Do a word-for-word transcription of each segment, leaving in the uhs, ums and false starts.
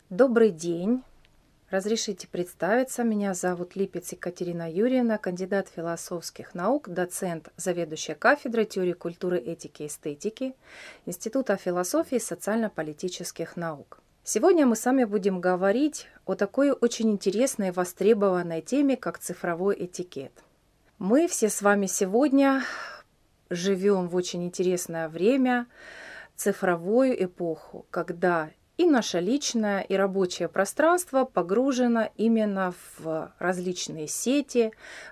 Добрый день. Разрешите представиться. Меня зовут Липец Екатерина Юрьевна, кандидат философских наук, доцент, заведующая кафедрой теории культуры, этики и эстетики Института философии и социально-политических наук. Сегодня мы с вами будем говорить о такой очень интересной и востребованной теме, как цифровой этикет. Мы все с вами сегодня живем в очень интересное время, цифровую эпоху, когда и наше личное, и рабочее пространство погружено именно в различные сети,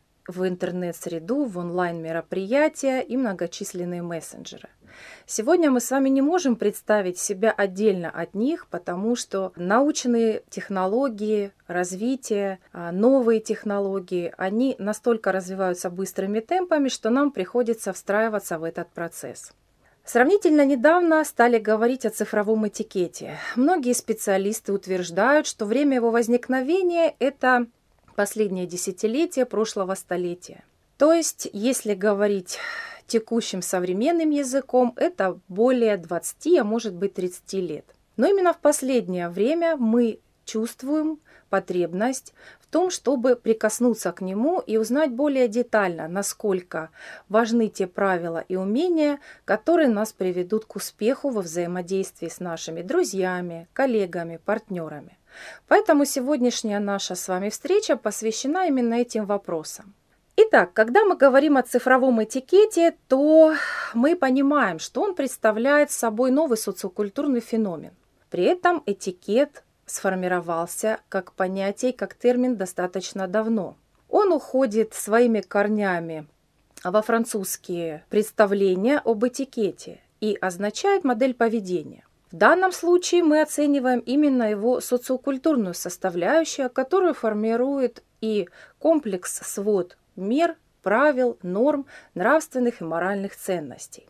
в интернет-среду, в онлайн-мероприятия и многочисленные мессенджеры. Сегодня мы с вами не можем представить себя отдельно от них, потому что научные технологии, развитие, новые технологии, они настолько развиваются быстрыми темпами, что нам приходится встраиваться в этот процесс. Сравнительно недавно стали говорить о цифровом этикете. Многие специалисты утверждают, что время его возникновения – это последнее десятилетие прошлого столетия. То есть, если говорить текущим современным языком, это более двадцати, а может быть тридцати лет. Но именно в последнее время мы чувствуем потребность в том, чтобы прикоснуться к нему и узнать более детально, насколько важны те правила и умения, которые нас приведут к успеху во взаимодействии с нашими друзьями, коллегами, партнерами. Поэтому сегодняшняя наша с вами встреча посвящена именно этим вопросам. Итак, когда мы говорим о цифровом этикете, то мы понимаем, что он представляет собой новый социокультурный феномен. При этом этикет сформировался как понятие, как термин достаточно давно. Он уходит своими корнями во французские представления об этикете и означает модель поведения. В данном случае мы оцениваем именно его социокультурную составляющую, которую формирует и комплекс свод мер, правил, норм, нравственных и моральных ценностей.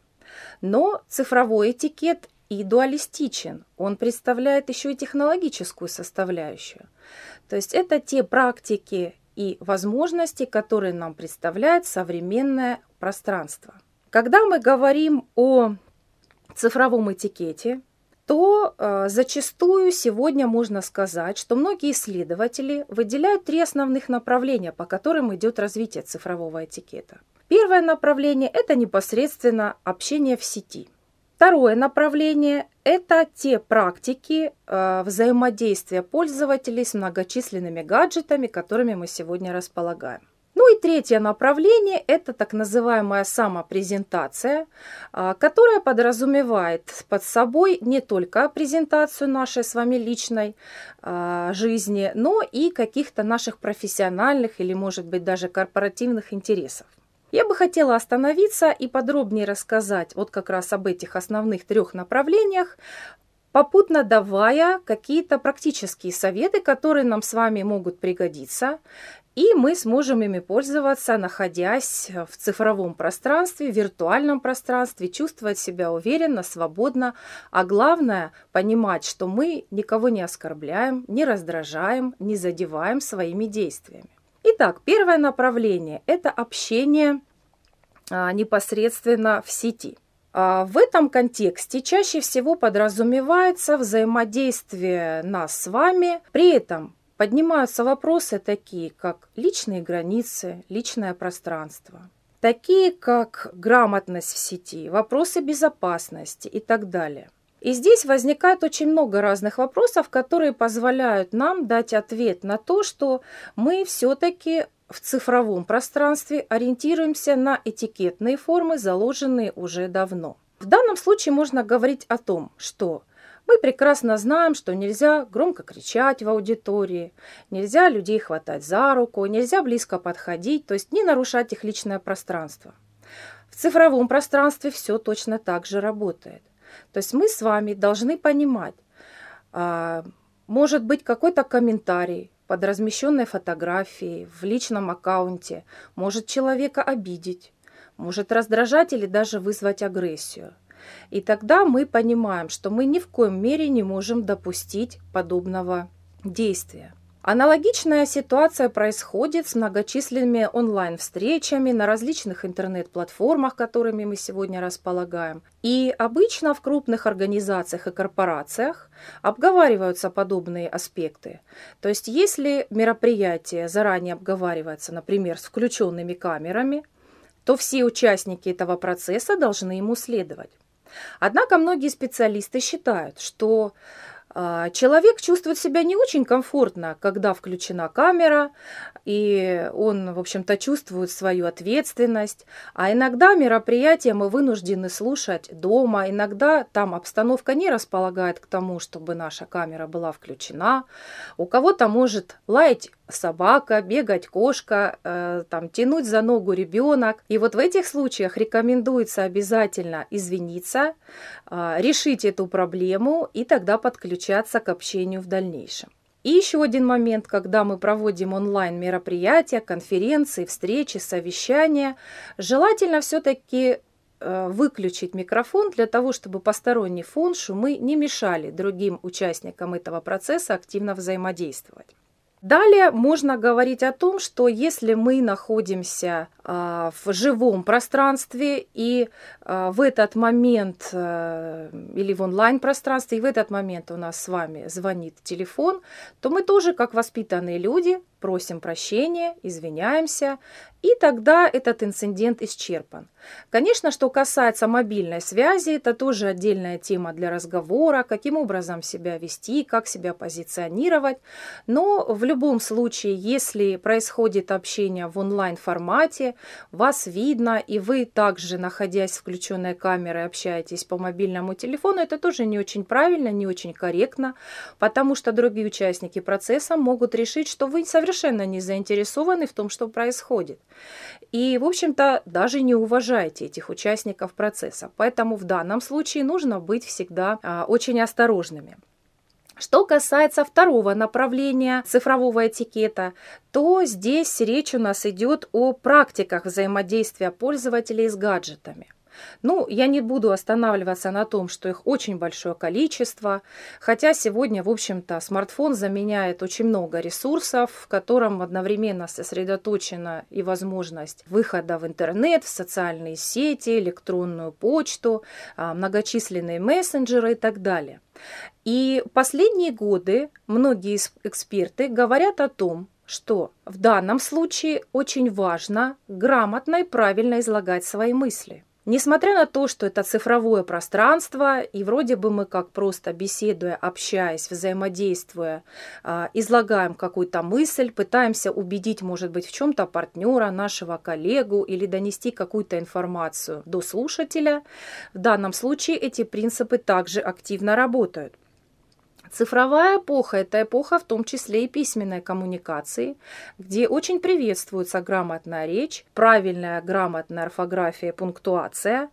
Но цифровой этикет и дуалистичен. Он представляет еще и технологическую составляющую. То есть это те практики и возможности, которые нам представляет современное пространство. Когда мы говорим о цифровом этикете, то э, зачастую сегодня можно сказать, что многие исследователи выделяют три основных направления, по которым идет развитие цифрового этикета. Первое направление – это непосредственно общение в сети. Второе направление – это те практики э, взаимодействия пользователей с многочисленными гаджетами, которыми мы сегодня располагаем. Ну и третье направление – это так называемая самопрезентация, э, которая подразумевает под собой не только презентацию нашей с вами личной э, жизни, но и каких-то наших профессиональных или, может быть, даже корпоративных интересов. Я бы хотела остановиться и подробнее рассказать вот как раз об этих основных трех направлениях, попутно давая какие-то практические советы, которые нам с вами могут пригодиться, и мы сможем ими пользоваться, находясь в цифровом пространстве, в виртуальном пространстве, чувствовать себя уверенно, свободно, а главное – понимать, что мы никого не оскорбляем, не раздражаем, не задеваем своими действиями. Итак, первое направление – это общение а, непосредственно в сети. А, в этом контексте чаще всего подразумевается взаимодействие нас с вами. При этом поднимаются вопросы такие, как личные границы, личное пространство, такие как грамотность в сети, вопросы безопасности и так далее. И здесь возникает очень много разных вопросов, которые позволяют нам дать ответ на то, что мы все-таки в цифровом пространстве ориентируемся на этикетные формы, заложенные уже давно. В данном случае можно говорить о том, что мы прекрасно знаем, что нельзя громко кричать в аудитории, нельзя людей хватать за руку, нельзя близко подходить, то есть не нарушать их личное пространство. В цифровом пространстве все точно так же работает. То есть мы с вами должны понимать, может быть какой-то комментарий под размещенной фотографией в личном аккаунте, может человека обидеть, может раздражать или даже вызвать агрессию. И тогда мы понимаем, что мы ни в коем мере не можем допустить подобного действия. Аналогичная ситуация происходит с многочисленными онлайн-встречами на различных интернет-платформах, которыми мы сегодня располагаем. И обычно в крупных организациях и корпорациях обговариваются подобные аспекты. То есть если мероприятие заранее обговаривается, например, с включенными камерами, то все участники этого процесса должны ему следовать. Однако многие специалисты считают, что человек чувствует себя не очень комфортно, когда включена камера, и он, в общем-то, чувствует свою ответственность. А иногда мероприятия мы вынуждены слушать дома, иногда там обстановка не располагает к тому, чтобы наша камера была включена. У кого-то может лаять собака, бегать кошка, э, там, тянуть за ногу ребенок. И вот в этих случаях рекомендуется обязательно извиниться, э, решить эту проблему и тогда подключаться к общению в дальнейшем. И еще один момент, когда мы проводим онлайн-мероприятия, конференции, встречи, совещания, желательно все-таки э, выключить микрофон для того, чтобы посторонний фон, шумы не мешали другим участникам этого процесса активно взаимодействовать. Далее можно говорить о том, что если мы находимся э, в живом пространстве и э, в этот момент э, или в онлайн-пространстве, и в этот момент у нас с вами звонит телефон, то мы тоже, как воспитанные люди, просим прощения, извиняемся, и тогда этот инцидент исчерпан. Конечно, что касается мобильной связи, это тоже отдельная тема для разговора, каким образом себя вести, как себя позиционировать. Но в любом случае, если происходит общение в онлайн-формате, вас видно, и вы также, находясь с включенной камерой, общаетесь по мобильному телефону, это тоже не очень правильно, не очень корректно, потому что другие участники процесса могут решить, что вы совершенно не заинтересованы в том, что происходит. И, в общем-то, даже не уважаете этих участников процесса. Поэтому в данном случае нужно быть всегда а, очень осторожными. Что касается второго направления цифрового этикета, то здесь речь у нас идет о практиках взаимодействия пользователей с гаджетами. Ну, я не буду останавливаться на том, что их очень большое количество, хотя сегодня, в общем-то, смартфон заменяет очень много ресурсов, в котором одновременно сосредоточена и возможность выхода в интернет, в социальные сети, электронную почту, многочисленные мессенджеры и так далее. И последние годы многие эксперты говорят о том, что в данном случае очень важно грамотно и правильно излагать свои мысли. Несмотря на то, что это цифровое пространство, и вроде бы мы как просто беседуя, общаясь, взаимодействуя, излагаем какую-то мысль, пытаемся убедить, может быть, в чем-то партнера, нашего коллегу или донести какую-то информацию до слушателя, в данном случае эти принципы также активно работают. Цифровая эпоха – это эпоха в том числе и письменной коммуникации, где очень приветствуется грамотная речь, правильная грамотная орфография и пунктуация.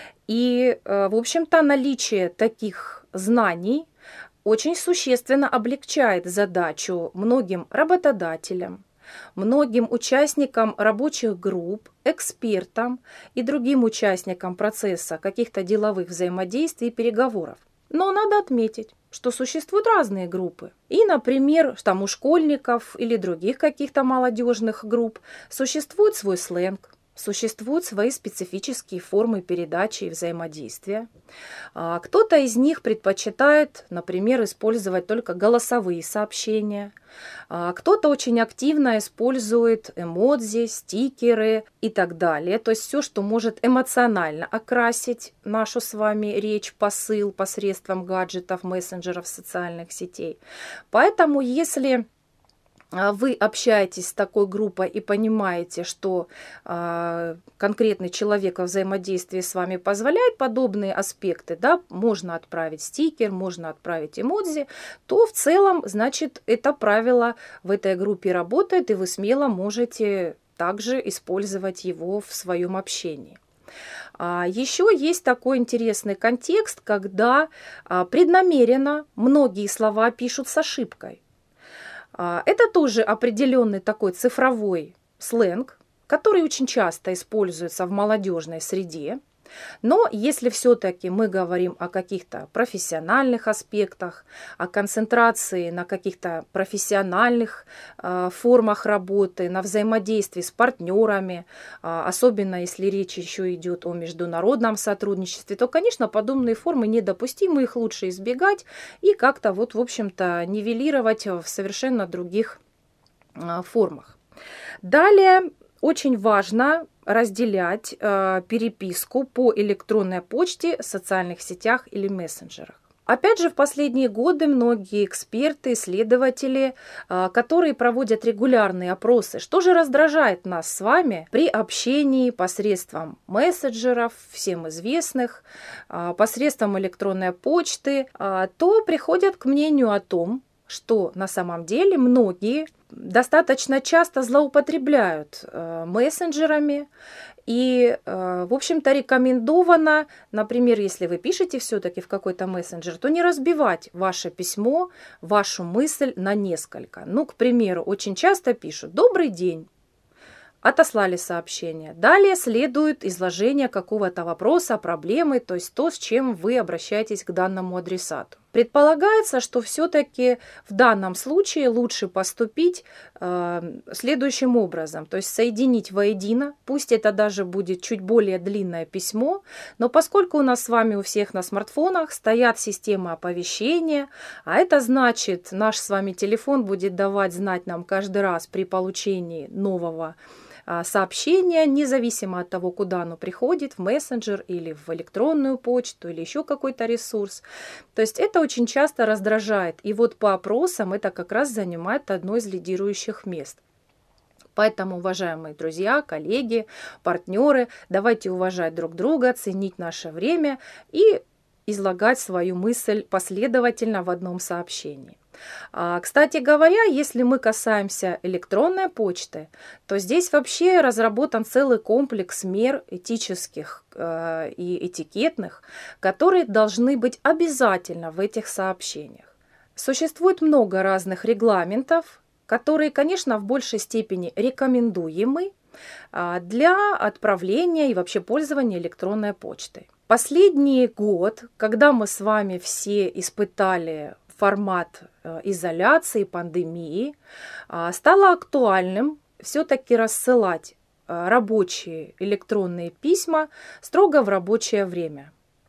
И, в общем-то, наличие таких знаний очень существенно облегчает задачу многим работодателям, многим участникам рабочих групп, экспертам и другим участникам процесса каких-то деловых взаимодействий и переговоров. Но надо отметить, что существуют разные группы. И, например, там у школьников или других каких-то молодежных групп существует свой сленг, существуют свои специфические формы передачи и взаимодействия. Кто-то из них предпочитает, например, использовать только голосовые сообщения. Кто-то очень активно использует эмодзи, стикеры и так далее. То есть все, что может эмоционально окрасить нашу с вами речь, посыл посредством гаджетов, мессенджеров, социальных сетей. Поэтому, если вы общаетесь с такой группой и понимаете, что э, конкретный человек во взаимодействии с вами позволяет подобные аспекты, да, можно отправить стикер, можно отправить эмодзи, то в целом, значит, это правило в этой группе работает, и вы смело можете также использовать его в своем общении. А еще есть такой интересный контекст, когда а, преднамеренно многие слова пишут с ошибкой. Это тоже определенный такой цифровой сленг, который очень часто используется в молодежной среде. Но если все-таки мы говорим о каких-то профессиональных аспектах, о концентрации на каких-то профессиональных э, формах работы, на взаимодействии с партнерами, э, особенно если речь еще идет о международном сотрудничестве, то, конечно, подобные формы недопустимы, их лучше избегать и как-то вот, в общем-то, нивелировать в совершенно других э, формах. Далее очень важно разделять э, переписку по электронной почте, социальных сетях или мессенджерах. Опять же, в последние годы многие эксперты, исследователи, э, которые проводят регулярные опросы, что же раздражает нас с вами при общении посредством мессенджеров, всем известных, э, посредством электронной почты, э, то приходят к мнению о том, что на самом деле многие достаточно часто злоупотребляют э, мессенджерами. И, э, в общем-то, рекомендовано, например, если вы пишете все-таки в какой-то мессенджер, то не разбивать ваше письмо, вашу мысль на несколько. Ну, к примеру, очень часто пишут «Добрый день». Отослали сообщение. Далее следует изложение какого-то вопроса, проблемы, то есть то, с чем вы обращаетесь к данному адресату. Предполагается, что все-таки в данном случае лучше поступить э, следующим образом, то есть соединить воедино, пусть это даже будет чуть более длинное письмо, но поскольку у нас с вами у всех на смартфонах стоят системы оповещения, а это значит, наш с вами телефон будет давать знать нам каждый раз при получении нового сообщение, независимо от того, куда оно приходит, в мессенджер или в электронную почту или еще какой-то ресурс. То есть это очень часто раздражает. И вот по опросам это как раз занимает одно из лидирующих мест. Поэтому, уважаемые друзья, коллеги, партнеры, давайте уважать друг друга, ценить наше время и излагать свою мысль последовательно в одном сообщении. Кстати говоря, если мы касаемся электронной почты, то здесь вообще разработан целый комплекс мер этических э, и этикетных, которые должны быть обязательно в этих сообщениях. Существует много разных регламентов, которые, конечно, в большей степени рекомендуемы для отправления и вообще пользования электронной почтой. Последний год, когда мы с вами все испытали формат изоляции, пандемии, стало актуальным все-таки рассылать рабочие электронные письма строго в рабочее время.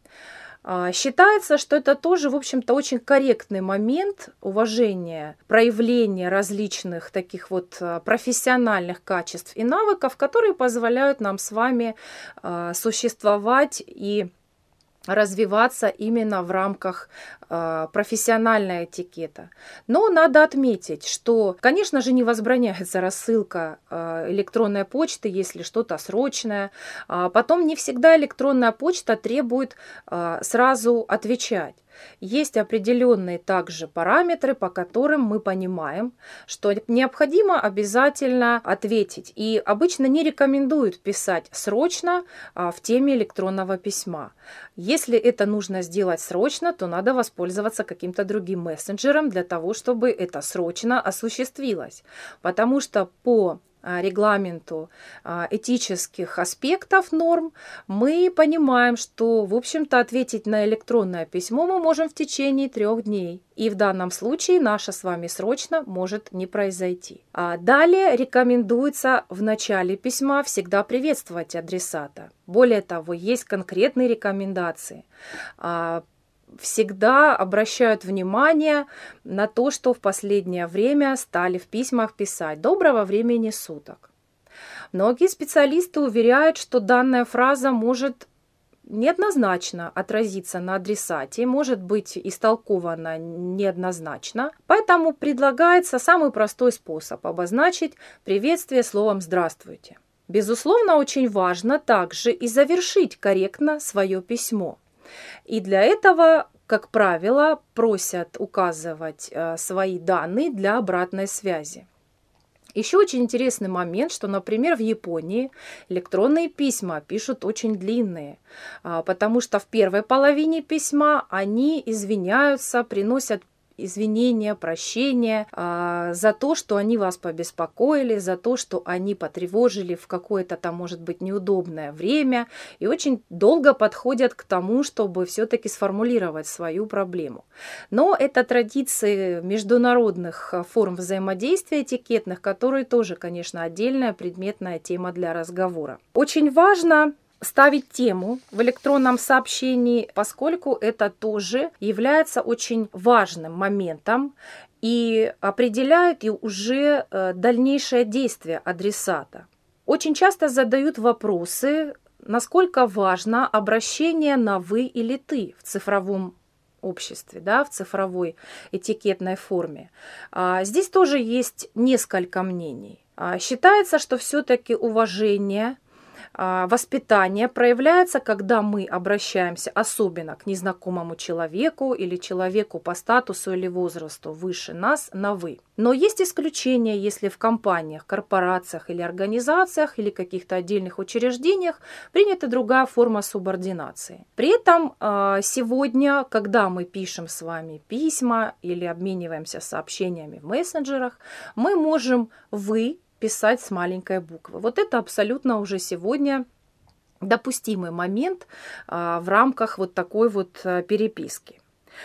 Считается, что это тоже, в общем-то, очень корректный момент уважения, проявления различных таких вот профессиональных качеств и навыков, которые позволяют нам с вами существовать и развиваться именно в рамках э, профессионального этикета. Но надо отметить, что, конечно же, не возбраняется рассылка э, электронной почты, если что-то срочное. А потом не всегда электронная почта требует э, сразу отвечать. Есть определенные также параметры, по которым мы понимаем, что необходимо обязательно ответить. И обычно не рекомендуют писать срочно в теме электронного письма. Если это нужно сделать срочно, то надо воспользоваться каким-то другим мессенджером для того, чтобы это срочно осуществилось. Потому что по регламенту этических аспектов норм, мы понимаем, что, в общем-то, ответить на электронное письмо мы можем в течение трех дней. И в данном случае наше с вами срочно может не произойти. А далее рекомендуется в начале письма всегда приветствовать адресата. Более того, есть конкретные рекомендации. Всегда обращают внимание на то, что в последнее время стали в письмах писать «доброго времени суток». Многие специалисты уверяют, что данная фраза может неоднозначно отразиться на адресате, может быть истолкована неоднозначно. Поэтому предлагается самый простой способ обозначить приветствие словом «здравствуйте». Безусловно, очень важно также и завершить корректно свое письмо. И для этого, как правило, просят указывать э, свои данные для обратной связи. Еще очень интересный момент, что, например, в Японии электронные письма пишут очень длинные, э, потому что в первой половине письма они извиняются, приносят извинения, прощения а, за то, что они вас побеспокоили, за то, что они потревожили в какое-то там, может быть, неудобное время и очень долго подходят к тому, чтобы все-таки сформулировать свою проблему. Но это традиции международных форм взаимодействия этикетных, которые тоже, конечно, отдельная предметная тема для разговора. Очень важно ставить тему в электронном сообщении, поскольку это тоже является очень важным моментом и определяет и уже дальнейшее действие адресата. Очень часто задают вопросы, насколько важно обращение на «вы» или «ты» в цифровом обществе, да, в цифровой этикетной форме. Здесь тоже есть несколько мнений. Считается, что все-таки уважение, воспитание проявляется, когда мы обращаемся особенно к незнакомому человеку или человеку по статусу или возрасту выше нас на «вы». Но есть исключения, если в компаниях, корпорациях или организациях или каких-то отдельных учреждениях принята другая форма субординации. При этом сегодня, когда мы пишем с вами письма или обмениваемся сообщениями в мессенджерах, мы можем «вы» писать с маленькой буквы. Вот это абсолютно уже сегодня допустимый момент а, в рамках вот такой вот а, переписки.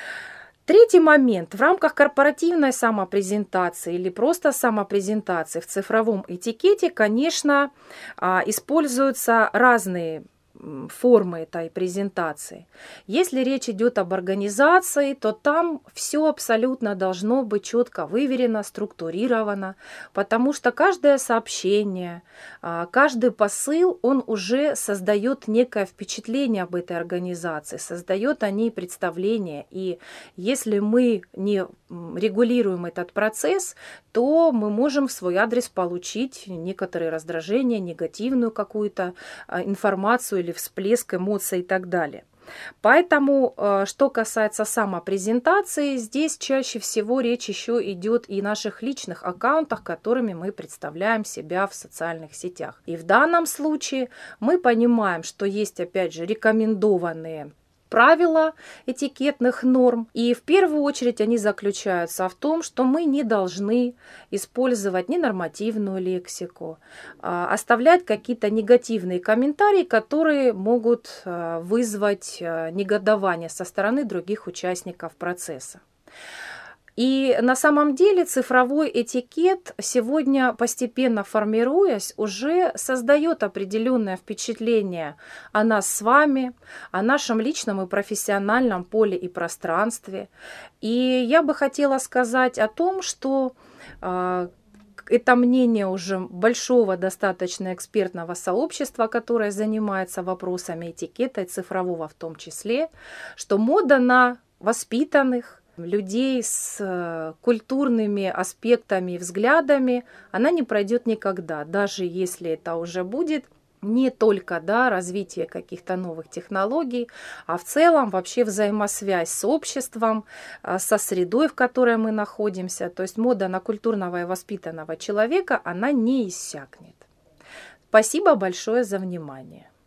Третий момент. В рамках корпоративной самопрезентации или просто самопрезентации в цифровом этикете, конечно, а, используются разные формы этой презентации. Если речь идет об организации, то там все абсолютно должно быть четко выверено, структурировано, потому что каждое сообщение, каждый посыл, он уже создает некое впечатление об этой организации, создает о ней представление. И если мы не регулируем этот процесс, то мы можем в свой адрес получить некоторые раздражения, негативную какую-то информацию или всплеск эмоций и так далее. Поэтому, что касается самопрезентации, здесь чаще всего речь еще идет и о наших личных аккаунтах, которыми мы представляем себя в социальных сетях. И в данном случае мы понимаем, что есть, опять же, рекомендованные правила этикетных норм. И в первую очередь они заключаются в том, что мы не должны использовать ненормативную лексику, оставлять какие-то негативные комментарии, которые могут вызвать негодование со стороны других участников процесса. И на самом деле цифровой этикет сегодня, постепенно формируясь, уже создает определенное впечатление о нас с вами, о нашем личном и профессиональном поле и пространстве. И я бы хотела сказать о том, что э, это мнение уже большого достаточно экспертного сообщества, которое занимается вопросами этикета и цифрового в том числе, что мода на воспитанных, людей с культурными аспектами и взглядами, она не пройдет никогда, даже если это уже будет не только да, развитие каких-то новых технологий, а в целом вообще взаимосвязь с обществом, со средой, в которой мы находимся. То есть мода на культурного и воспитанного человека, она не иссякнет. Спасибо большое за внимание.